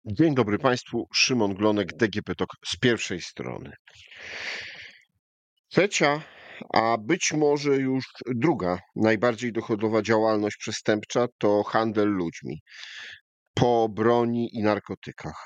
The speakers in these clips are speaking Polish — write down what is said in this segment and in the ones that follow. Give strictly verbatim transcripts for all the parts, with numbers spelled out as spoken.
Dzień dobry Państwu, Szymon Glonek, D G P T O K z pierwszej strony. Trzecia, a być może już druga najbardziej dochodowa działalność przestępcza to handel ludźmi po broni i narkotykach.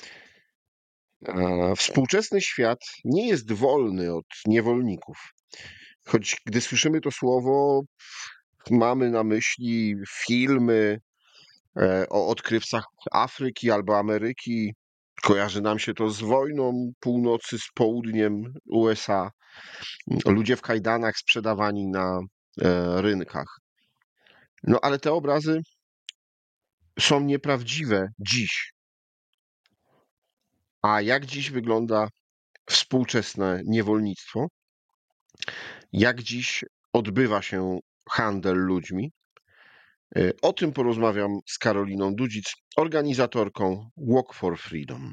E, Współczesny świat nie jest wolny od niewolników. Choć gdy słyszymy to słowo, mamy na myśli filmy e, o odkrywcach Afryki albo Ameryki. Kojarzy nam się to z wojną północy z południem U S A. Ludzie w kajdanach sprzedawani na e, rynkach. No ale te obrazy są nieprawdziwe dziś. A jak dziś wygląda współczesne niewolnictwo? Jak dziś odbywa się handel ludźmi? E, O tym porozmawiam z Karoliną Dudzic, organizatorką Walk for Freedom.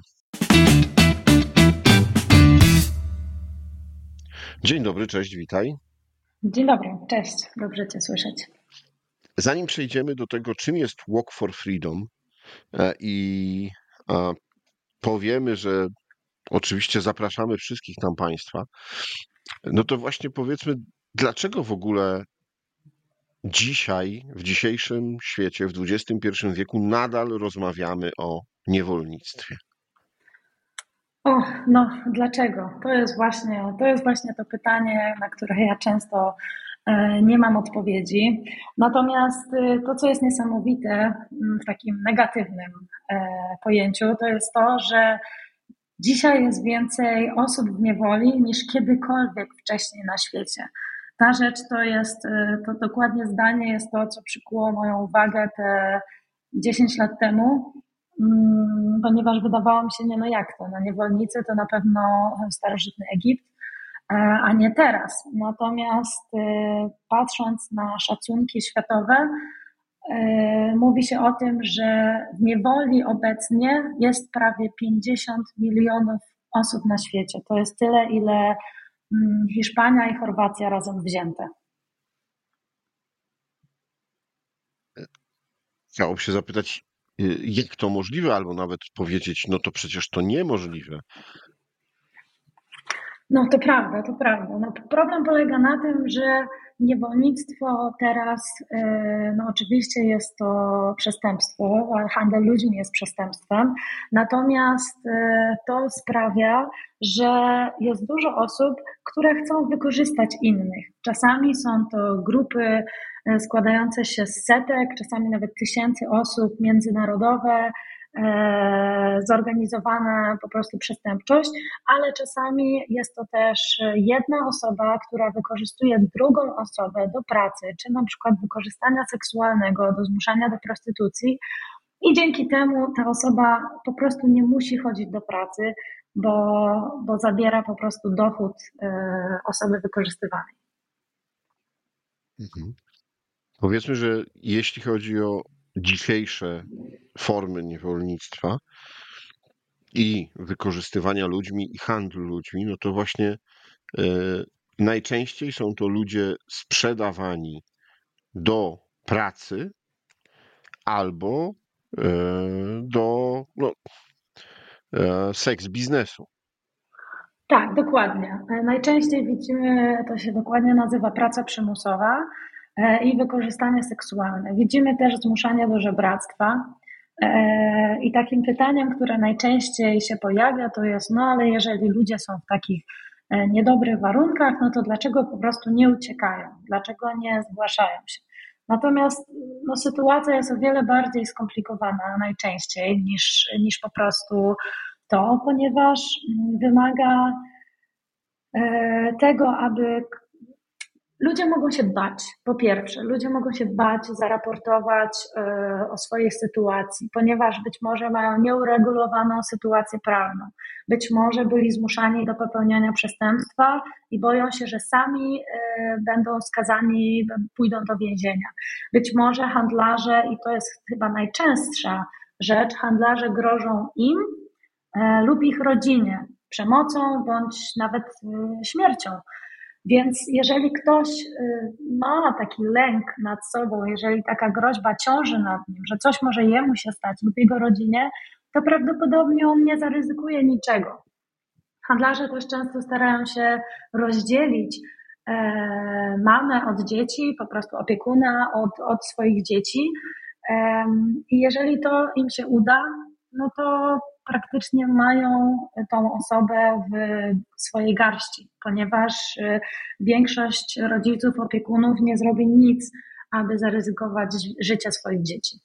Dzień dobry, cześć, witaj. Dzień dobry, cześć, dobrze Cię słyszeć. Zanim przejdziemy do tego, czym jest Walk for Freedom e, i e, powiemy, że oczywiście zapraszamy wszystkich tam Państwa, no to właśnie powiedzmy, dlaczego w ogóle dzisiaj, w dzisiejszym świecie, w dwudziestym pierwszym wieku nadal rozmawiamy o niewolnictwie? O, no dlaczego? To jest właśnie to, jest właśnie to pytanie, na które ja często e, nie mam odpowiedzi. Natomiast e, to, co jest niesamowite m, w takim negatywnym e, pojęciu, to jest to, że dzisiaj jest więcej osób w niewoli niż kiedykolwiek wcześniej na świecie. Ta rzecz to jest, e, to dokładnie zdanie jest to, co przykuło moją uwagę te dziesięć lat temu, mm, ponieważ wydawało mi się, nie no jak to, no niewolnicy to na pewno starożytny Egipt, e, a nie teraz. Natomiast e, patrząc na szacunki światowe, e, mówi się o tym, że w niewoli obecnie jest prawie pięćdziesiąt milionów osób na świecie. To jest tyle, ile mm, Hiszpania i Chorwacja razem wzięte. Chciałoby się zapytać, y, jak to możliwe, albo nawet powiedzieć, no to przecież to niemożliwe. No to prawda, to prawda. No, problem polega na tym, że niewolnictwo teraz, e, no oczywiście jest to przestępstwo, a handel ludźmi jest przestępstwem, natomiast e, to sprawia, że jest dużo osób, które chcą wykorzystać innych. Czasami są to grupy e, składające się z setek, czasami nawet tysięcy osób, międzynarodowe, e, zorganizowana po prostu przestępczość, ale czasami jest to też jedna osoba, która wykorzystuje drugą osobę do pracy, czy na przykład wykorzystania seksualnego, do zmuszania do prostytucji, i dzięki temu ta osoba po prostu nie musi chodzić do pracy, bo, bo zabiera po prostu dochód e, osoby wykorzystywanej. Mhm. Powiedzmy, że jeśli chodzi o dzisiejsze formy niewolnictwa i wykorzystywania ludźmi i handlu ludźmi, no to właśnie e, najczęściej są to ludzie sprzedawani do pracy albo e, do no, e, seks biznesu. Tak, dokładnie. E, Najczęściej widzimy, to się dokładnie nazywa praca przymusowa e, i wykorzystanie seksualne. Widzimy też zmuszanie do żebractwa. E, I takim pytaniem, które najczęściej się pojawia, to jest, no ale jeżeli ludzie są w takich e, niedobrych warunkach, no to dlaczego po prostu nie uciekają? Dlaczego nie zgłaszają się? Natomiast no, sytuacja jest o wiele bardziej skomplikowana najczęściej niż, niż po prostu to, ponieważ mm, wymaga e, tego, aby ludzie mogą się bać. Po pierwsze, ludzie mogą się bać zaraportować e, o swojej sytuacji, ponieważ być może mają nieuregulowaną sytuację prawną, być może byli zmuszani do popełniania przestępstwa i boją się, że sami e, będą skazani, pójdą do więzienia. Być może handlarze, i to jest chyba najczęstsza rzecz, handlarze grożą im e, lub ich rodzinie przemocą bądź nawet e, śmiercią. Więc jeżeli ktoś y, ma taki lęk nad sobą, jeżeli taka groźba ciąży nad nim, że coś może jemu się stać lub jego rodzinie, to prawdopodobnie on nie zaryzykuje niczego. Handlarze też często starają się rozdzielić e, mamę od dzieci, po prostu opiekuna od, od swoich dzieci. E, I jeżeli to im się uda, no to praktycznie mają tą osobę w swojej garści, ponieważ e, większość rodziców, opiekunów nie zrobi nic, aby zaryzykować życie swoich dzieci.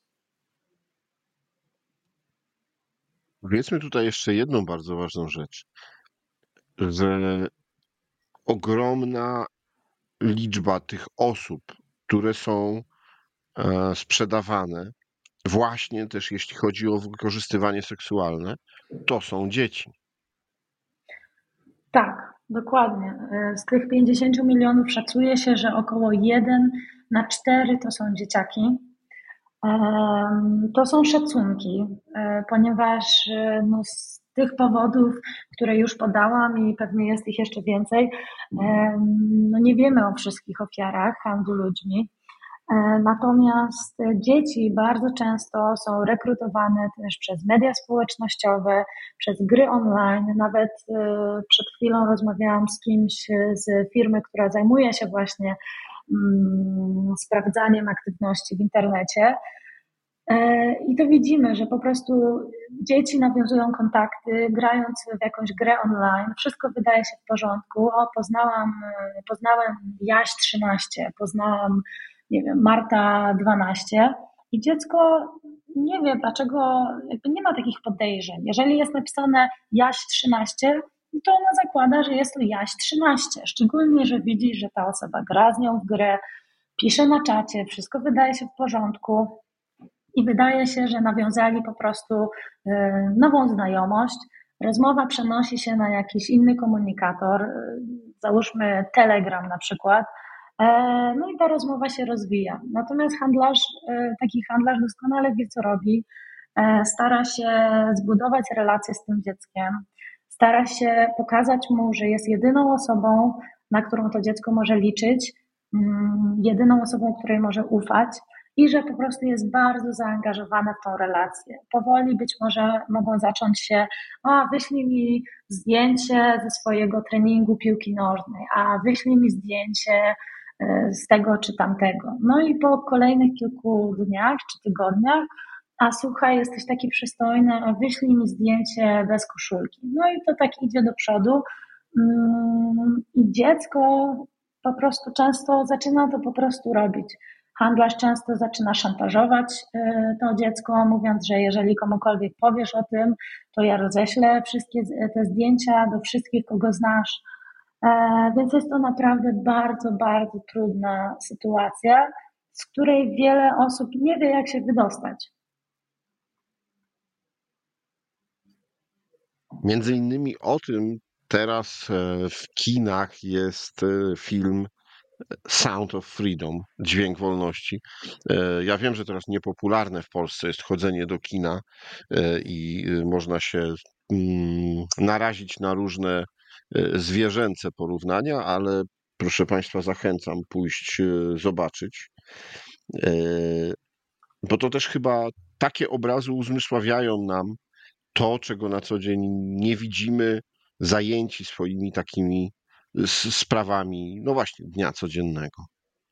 Powiedzmy tutaj jeszcze jedną bardzo ważną rzecz, że ogromna liczba tych osób, które są e, sprzedawane, właśnie też jeśli chodzi o wykorzystywanie seksualne, to są dzieci. Tak, dokładnie. Z tych pięćdziesięciu milionów szacuje się, że około jeden na cztery to są dzieciaki. To są szacunki, e, ponieważ e, no, z tych powodów, które już podałam i pewnie jest ich jeszcze więcej, no nie wiemy o wszystkich ofiarach handlu ludźmi. E, Natomiast dzieci bardzo często są rekrutowane też przez media społecznościowe, przez gry online. Nawet e, przed chwilą rozmawiałam z kimś z firmy, która zajmuje się właśnie mm, sprawdzaniem aktywności w internecie. E, I to widzimy, że po prostu dzieci nawiązują kontakty, grając w jakąś grę online, wszystko wydaje się w porządku. O, poznałam, poznałem Jaś trzynaście, poznałam, nie wiem, Marta dwanaście i dziecko nie wie dlaczego, jakby nie ma takich podejrzeń. Jeżeli jest napisane Jaś trzynaście, no to ona zakłada, że jest to Jaś trzynaście, szczególnie, że widzi, że ta osoba gra z nią w grę, pisze na czacie, wszystko wydaje się w porządku. I wydaje się, że nawiązali po prostu e, nową znajomość. Rozmowa przenosi się na jakiś inny komunikator, e, załóżmy Telegram na przykład, e, no i ta rozmowa się rozwija. Natomiast handlarz, e, taki handlarz doskonale wie, co robi, e, stara się zbudować relacje z tym dzieckiem, stara się pokazać mu, że jest jedyną osobą, na którą to dziecko może liczyć, mm, jedyną osobą, której może ufać i że po prostu jest bardzo zaangażowane w tą relację. Powoli być może mogą zacząć się, a wyślij mi zdjęcie ze swojego treningu piłki nożnej, a wyślij mi zdjęcie e, z tego czy tamtego. No i po kolejnych kilku dniach czy tygodniach, a słuchaj, jesteś taki przystojny, a wyślij mi zdjęcie bez koszulki. No i to tak idzie do przodu. Mm, I dziecko po prostu często zaczyna to po prostu robić. Handlarz często zaczyna szantażować e, to dziecko, mówiąc, że jeżeli komukolwiek powiesz o tym, to ja roześlę wszystkie te zdjęcia do wszystkich, kogo znasz. E, Więc jest to naprawdę bardzo, bardzo trudna sytuacja, z której wiele osób nie wie, jak się wydostać. Między innymi o tym teraz e, w kinach jest e, film Sound of Freedom, Dźwięk Wolności. E, Ja wiem, że teraz niepopularne w Polsce jest chodzenie do kina e, i e, można się mm, narazić na różne e, zwierzęce porównania, ale proszę Państwa, zachęcam pójść e, zobaczyć, e, bo to też chyba takie obrazy uzmysławiają nam to, czego na co dzień nie widzimy, zajęci swoimi takimi s- sprawami, no właśnie, dnia codziennego.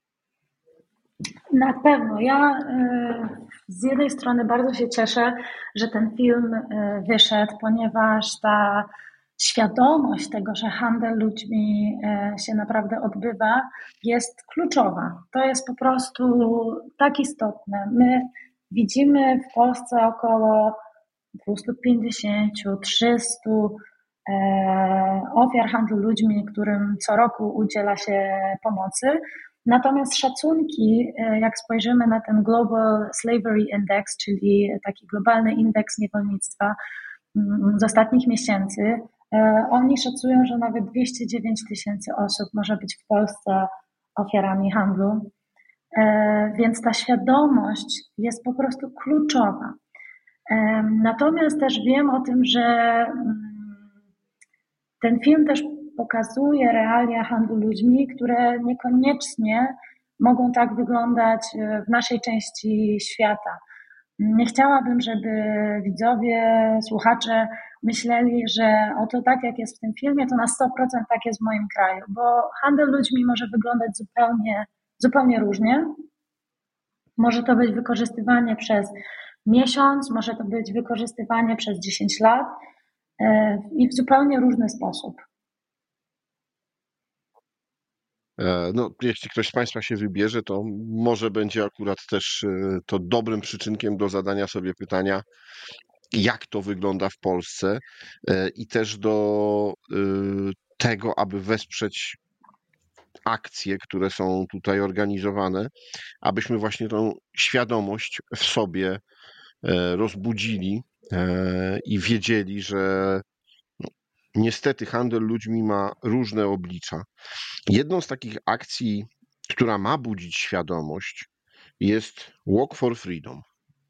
Na pewno. Ja e, z jednej strony bardzo się cieszę, że ten film e, wyszedł, ponieważ ta świadomość tego, że handel ludźmi e, się naprawdę odbywa, jest kluczowa. To jest po prostu tak istotne. My widzimy w Polsce około dwieście pięćdziesiąt do trzystu e, ofiar handlu ludźmi, którym co roku udziela się pomocy. Natomiast szacunki, e, jak spojrzymy na ten Global Slavery Index, czyli taki globalny indeks niewolnictwa mm, z ostatnich miesięcy, e, oni szacują, że nawet dwieście dziewięć tysięcy osób może być w Polsce ofiarami handlu. E, Więc ta świadomość jest po prostu kluczowa. Natomiast też wiem o tym, że mm, ten film też pokazuje realia handlu ludźmi, które niekoniecznie mogą tak wyglądać e, w naszej części świata. Nie chciałabym, żeby widzowie, słuchacze myśleli, że oto tak jak jest w tym filmie, to na sto procent tak jest w moim kraju, bo handel ludźmi może wyglądać zupełnie, zupełnie różnie. Może to być wykorzystywanie przez miesiąc, może to być wykorzystywanie przez dziesięć lat e, i w zupełnie różny sposób. E, No, jeśli ktoś z Państwa się wybierze, to może będzie akurat też e, to dobrym przyczynkiem do zadania sobie pytania, jak to wygląda w Polsce e, i też do e, tego, aby wesprzeć akcje, które są tutaj organizowane, abyśmy właśnie tą świadomość w sobie e, rozbudzili e, i wiedzieli, że no, niestety handel ludźmi ma różne oblicza. Jedną z takich akcji, która ma budzić świadomość, jest Walk for Freedom.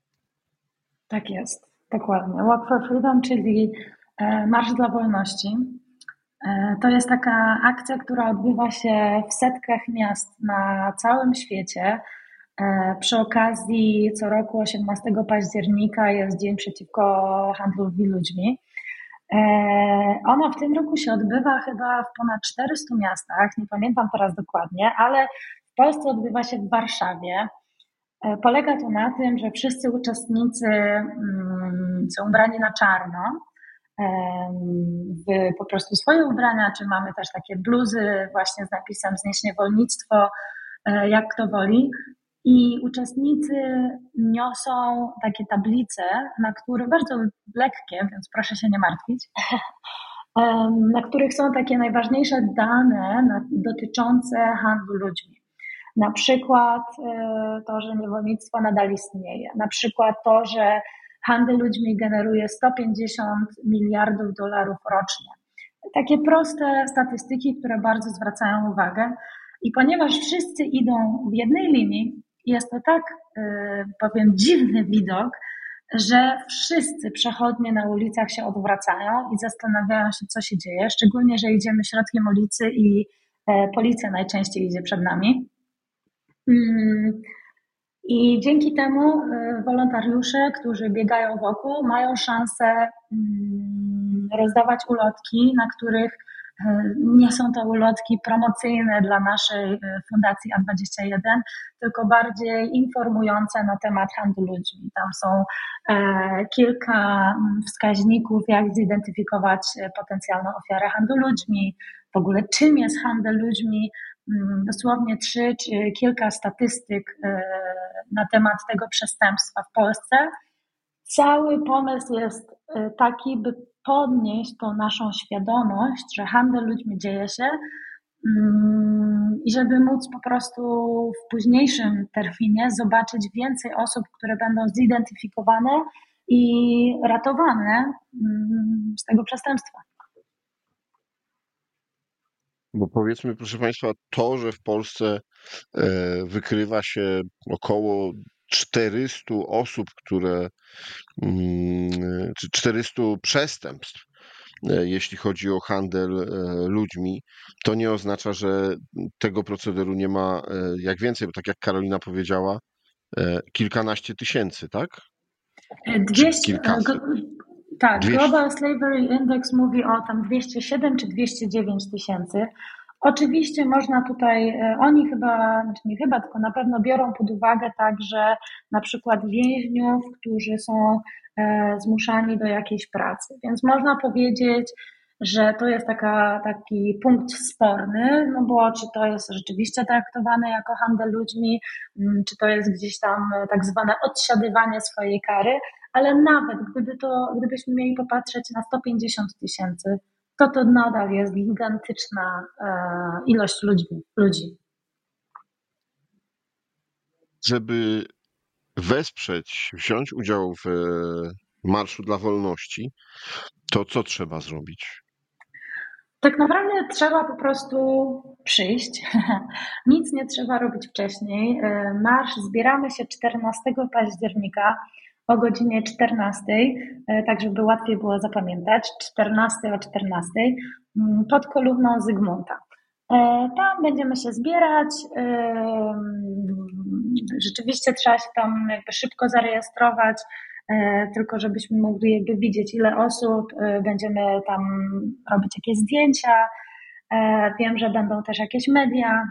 Tak jest, dokładnie. Walk for Freedom, czyli e, Marsz dla Wolności. E, To jest taka akcja, która odbywa się w setkach miast na całym świecie. E, Przy okazji co roku osiemnastego października jest Dzień Przeciwko Handlowi Ludźmi. E, Ona w tym roku się odbywa chyba w ponad czterystu miastach, nie pamiętam teraz dokładnie, ale w Polsce odbywa się w Warszawie. E, Polega to na tym, że wszyscy uczestnicy mm, są ubrani na czarno, w po prostu swoje ubrania, czy mamy też takie bluzy właśnie z napisem Znieś niewolnictwo, e, jak kto woli. I uczestnicy niosą takie tablice, na których bardzo lekkie, więc proszę się nie martwić, na których są takie najważniejsze dane dotyczące handlu ludźmi. Na przykład e, to, że niewolnictwo nadal istnieje, na przykład to, że handel ludźmi generuje sto pięćdziesiąt miliardów dolarów rocznie. Takie proste statystyki, które bardzo zwracają uwagę. I ponieważ wszyscy idą w jednej linii, jest to tak, e, powiem, dziwny widok, że wszyscy przechodnie na ulicach się odwracają i zastanawiają się, co się dzieje, szczególnie, że idziemy środkiem ulicy i e, policja najczęściej idzie przed nami. Mm, I dzięki temu y, wolontariusze, którzy biegają wokół, mają szansę mm, rozdawać ulotki, na których y, nie są to ulotki promocyjne dla naszej y, Fundacji A dwadzieścia jeden, tylko bardziej informujące na temat handlu ludźmi. Tam są e, kilka mm, wskaźników, jak zidentyfikować e, potencjalną ofiarę handlu ludźmi, w ogóle czym jest handel ludźmi, mm, dosłownie trzy czy kilka statystyk e, na temat tego przestępstwa w Polsce. Cały pomysł jest e, taki, by podnieść tą naszą świadomość, że handel ludźmi dzieje się mm, i żeby móc po prostu w późniejszym terminie zobaczyć więcej osób, które będą zidentyfikowane i ratowane mm, z tego przestępstwa. Bo powiedzmy, proszę Państwa, to, że w Polsce e, wykrywa się około czterystu osób, które, mm, czy czterystu przestępstw, e, jeśli chodzi o handel e, ludźmi, to nie oznacza, że tego procederu nie ma e, jak więcej, bo tak jak Karolina powiedziała, e, kilkanaście tysięcy, tak? Czy dwieście, kilkaset? tak, Dwieście. Global Slavery Index mówi o tam dwieście siedem czy dwieście dziewięć tysięcy. Oczywiście można tutaj, e, oni chyba, znaczy nie chyba, tylko na pewno biorą pod uwagę także na przykład więźniów, którzy są e, zmuszani do jakiejś pracy. Więc można powiedzieć, że to jest taka, taki punkt sporny, no bo czy to jest rzeczywiście traktowane jako handel ludźmi, mm, czy to jest gdzieś tam e, tak zwane odsiadywanie swojej kary, ale nawet gdyby to, gdybyśmy mieli popatrzeć na sto pięćdziesiąt tysięcy, to to nadal jest gigantyczna e, ilość ludzi. ludzi. Żeby wesprzeć, wziąć udział w e, Marszu dla Wolności, to co trzeba zrobić? Tak naprawdę trzeba po prostu przyjść. Nic nie trzeba robić wcześniej. E, Marsz zbieramy się czternastego października o godzinie czternastej, e, tak żeby łatwiej było zapamiętać. czternastego o czternastej mm, pod kolumną Zygmunta. Tam będziemy się zbierać. Rzeczywiście trzeba się tam jakby szybko zarejestrować, tylko żebyśmy mogli jakby widzieć, ile osób. Będziemy tam robić jakieś zdjęcia. Wiem, że będą też jakieś media.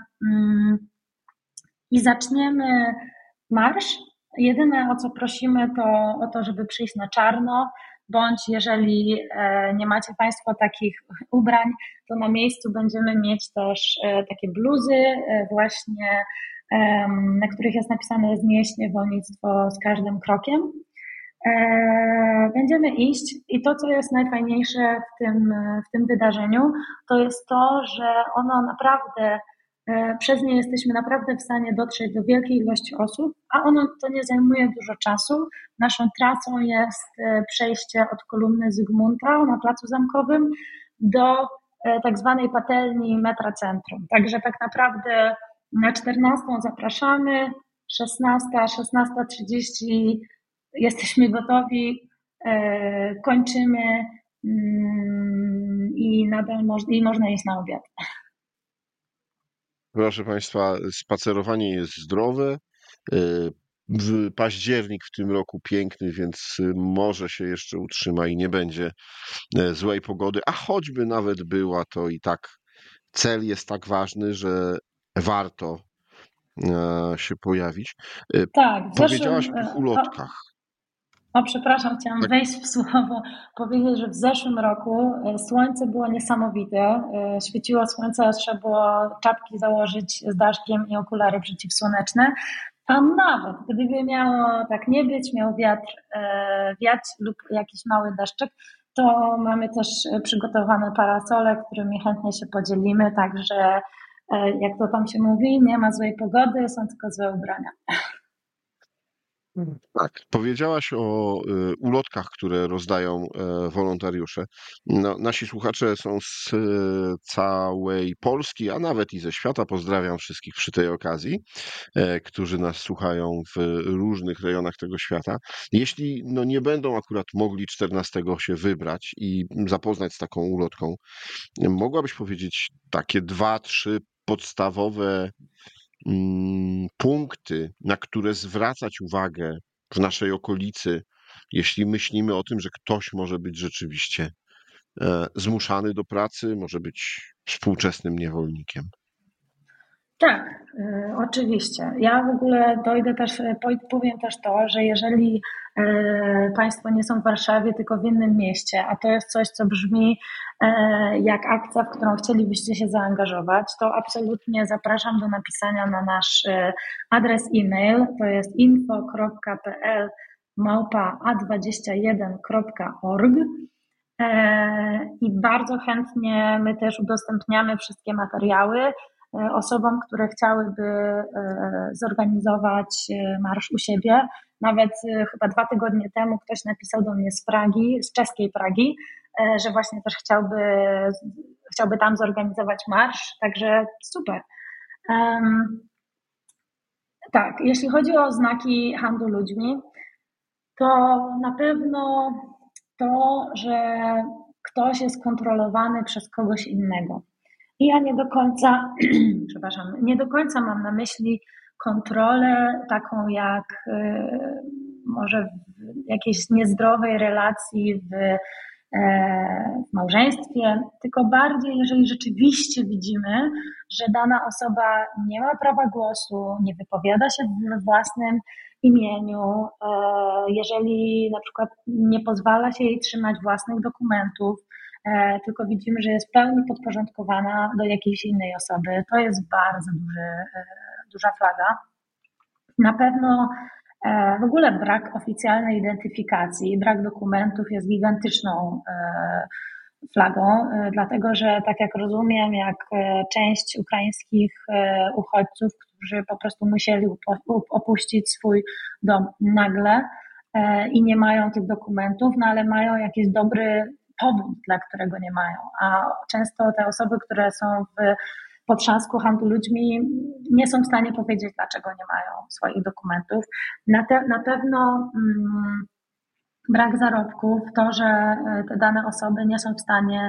I zaczniemy marsz. Jedyne, o co prosimy, to o to, żeby przyjść na czarno, bądź jeżeli nie macie Państwo takich ubrań, to na miejscu będziemy mieć też takie bluzy właśnie, na których jest napisane "Znieść niewolnictwo z każdym krokiem". Będziemy iść i to, co jest najfajniejsze w tym, w tym wydarzeniu, to jest to, że ono naprawdę, przez nie jesteśmy naprawdę w stanie dotrzeć do wielkiej ilości osób, a ono to nie zajmuje dużo czasu. Naszą trasą jest przejście od kolumny Zygmunta na Placu Zamkowym do tak zwanej patelni metra Centrum. Także tak naprawdę na czternastą zapraszamy, szesnasta, szesnasta trzydzieści jesteśmy gotowi, kończymy i nadal moż, i można iść na obiad. Proszę Państwa, spacerowanie jest zdrowe. W październik w tym roku piękny, więc może się jeszcze utrzyma i nie będzie złej pogody, a choćby nawet była, to i tak cel jest tak ważny, że warto się pojawić. Tak, w Powiedziałaś zeszłym, o tych o, ulotkach. o przepraszam, chciałam Tak, wejść w słowo, powiedzieć, że w zeszłym roku słońce było niesamowite, świeciło słońce, a trzeba było czapki założyć z daszkiem i okulary przeciwsłoneczne, a nawet gdyby miało tak nie być, miał wiatr wiać lub jakiś mały deszczyk, to mamy też przygotowane parasole, którymi chętnie się podzielimy, także jak to tam się mówi, nie ma złej pogody, są tylko złe ubrania. tak. Powiedziałaś o y, ulotkach, które rozdają e, wolontariusze. No, nasi słuchacze są z e, całej Polski, a nawet i ze świata. Pozdrawiam wszystkich przy tej okazji, e, którzy nas słuchają w różnych rejonach tego świata. Jeśli no, nie będą akurat mogli czternastego się wybrać i zapoznać z taką ulotką, mogłabyś powiedzieć takie dwa, trzy podstawowe mm, punkty, na które zwracać uwagę w naszej okolicy, jeśli myślimy o tym, że ktoś może być rzeczywiście e, zmuszany do pracy, może być współczesnym niewolnikiem. Tak, y, oczywiście. Ja w ogóle dojdę też, y, powiem też to, że jeżeli y, Państwo nie są w Warszawie, tylko w innym mieście, a to jest coś, co brzmi y, jak akcja, w którą chcielibyście się zaangażować, to absolutnie zapraszam do napisania na nasz y, adres e-mail, to jest info kropka p l małpa a dwadzieścia jeden kropka org. I bardzo chętnie my też udostępniamy wszystkie materiały osobom, które chciałyby zorganizować marsz u siebie. Nawet chyba dwa tygodnie temu ktoś napisał do mnie z Pragi, z czeskiej Pragi, że właśnie też chciałby, chciałby tam zorganizować marsz, także super. Um, tak, jeśli chodzi o znaki handlu ludźmi, to na pewno to, że ktoś jest kontrolowany przez kogoś innego. I ja nie do końca, przepraszam, nie do końca mam na myśli kontrolę taką jak y, może w jakiejś niezdrowej relacji w, e, w małżeństwie, tylko bardziej, jeżeli rzeczywiście widzimy, że dana osoba nie ma prawa głosu, nie wypowiada się we własnym imieniu, e, jeżeli na przykład nie pozwala się jej trzymać własnych dokumentów, tylko widzimy, że jest w pełni podporządkowana do jakiejś innej osoby. To jest bardzo duży, duża flaga. Na pewno w ogóle brak oficjalnej identyfikacji, brak dokumentów jest gigantyczną flagą, dlatego że tak jak rozumiem, jak część ukraińskich uchodźców, którzy po prostu musieli opuścić swój dom nagle i nie mają tych dokumentów, no ale mają jakiś dobry powód, dla którego nie mają, a często te osoby, które są w potrzasku handlu ludźmi, nie są w stanie powiedzieć, dlaczego nie mają swoich dokumentów. Na, te, na pewno mm, brak zarobków, to, że te dane osoby nie są w stanie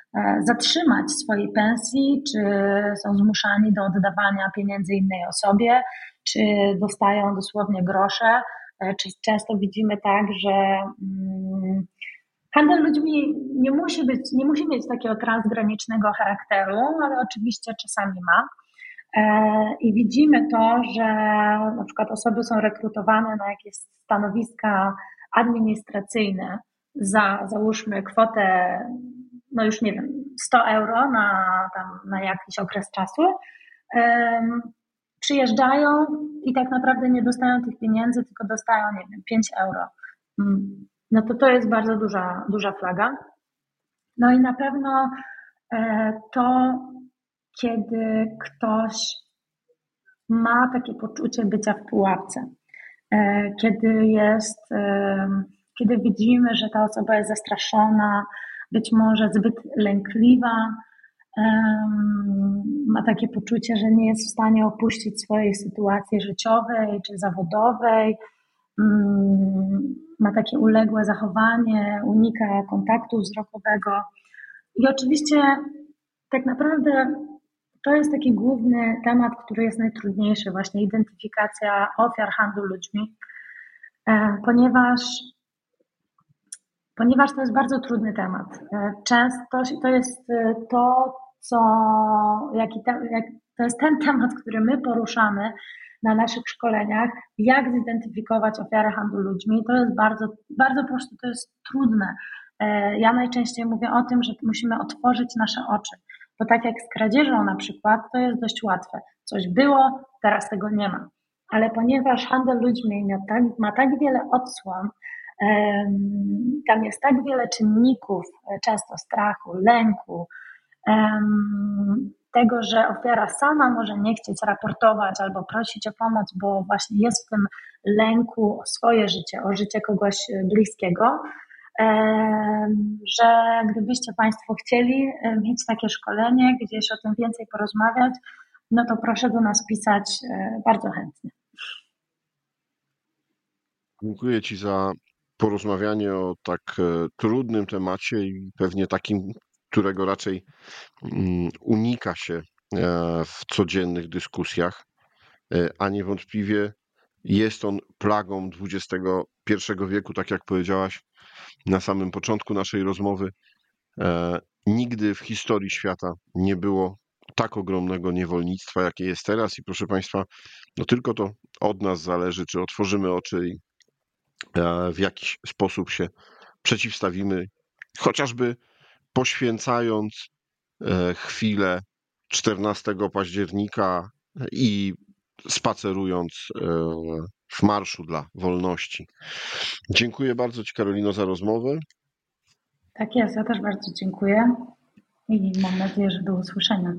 zatrzymać swojej pensji, czy są zmuszani do oddawania pieniędzy innej osobie, czy dostają dosłownie grosze, czy często widzimy tak, że handel ludźmi nie musi być, nie musi mieć takiego transgranicznego charakteru, ale oczywiście czasami ma. I widzimy to, że na przykład osoby są rekrutowane na jakieś stanowiska administracyjne za, załóżmy, kwotę, no już nie wiem, sto euro na, tam, na jakiś okres czasu. Um, przyjeżdżają i tak naprawdę nie dostają tych pieniędzy, tylko dostają, nie wiem, pięć euro. No to to jest bardzo duża, duża flaga. No i na pewno to, kiedy ktoś ma takie poczucie bycia w pułapce, kiedy jest, kiedy widzimy, że ta osoba jest zastraszona, być może zbyt lękliwa, ma takie poczucie, że nie jest w stanie opuścić swojej sytuacji życiowej czy zawodowej, ma takie uległe zachowanie, unika kontaktu wzrokowego. I oczywiście tak naprawdę to jest taki główny temat, który jest najtrudniejszy, właśnie identyfikacja ofiar handlu ludźmi, ponieważ, ponieważ to jest bardzo trudny temat. Często to jest to, co, jaki te, jak, to jest ten temat, który my poruszamy na naszych szkoleniach, jak zidentyfikować ofiarę handlu ludźmi. To jest bardzo, bardzo prosto, to jest trudne. Ja najczęściej mówię o tym, że musimy otworzyć nasze oczy, bo tak jak z kradzieżą na przykład, to jest dość łatwe. Coś było, teraz tego nie ma. Ale ponieważ handel ludźmi ma tak, ma tak wiele odsłon, tam jest tak wiele czynników, często strachu, lęku, tego, że ofiara sama może nie chcieć raportować albo prosić o pomoc, bo właśnie jest w tym lęku o swoje życie, o życie kogoś bliskiego, że gdybyście Państwo chcieli mieć takie szkolenie, gdzieś o tym więcej porozmawiać, no to proszę do nas pisać bardzo chętnie. Dziękuję Ci za porozmawianie o tak trudnym temacie i pewnie takim, którego raczej unika się w codziennych dyskusjach, a niewątpliwie jest on plagą dwudziestego pierwszego wieku, tak jak powiedziałaś na samym początku naszej rozmowy. Nigdy w historii świata nie było tak ogromnego niewolnictwa, jakie jest teraz i proszę Państwa, no tylko to od nas zależy, czy otworzymy oczy i w jakiś sposób się przeciwstawimy, chociażby poświęcając chwilę czternastego października i spacerując w Marszu dla Wolności. Dziękuję bardzo Ci, Karolino, za rozmowę. Tak jest, ja też bardzo dziękuję i mam nadzieję, że do usłyszenia.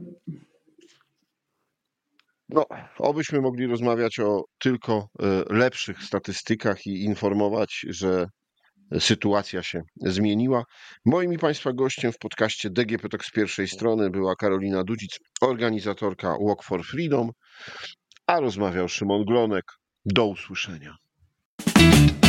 No, obyśmy mogli rozmawiać o tylko lepszych statystykach i informować, że sytuacja się zmieniła. Moim i Państwa gościem w podcaście D G P Talk z pierwszej strony była Karolina Dudzic, organizatorka Walk for Freedom, a rozmawiał Szymon Glonek. Do usłyszenia.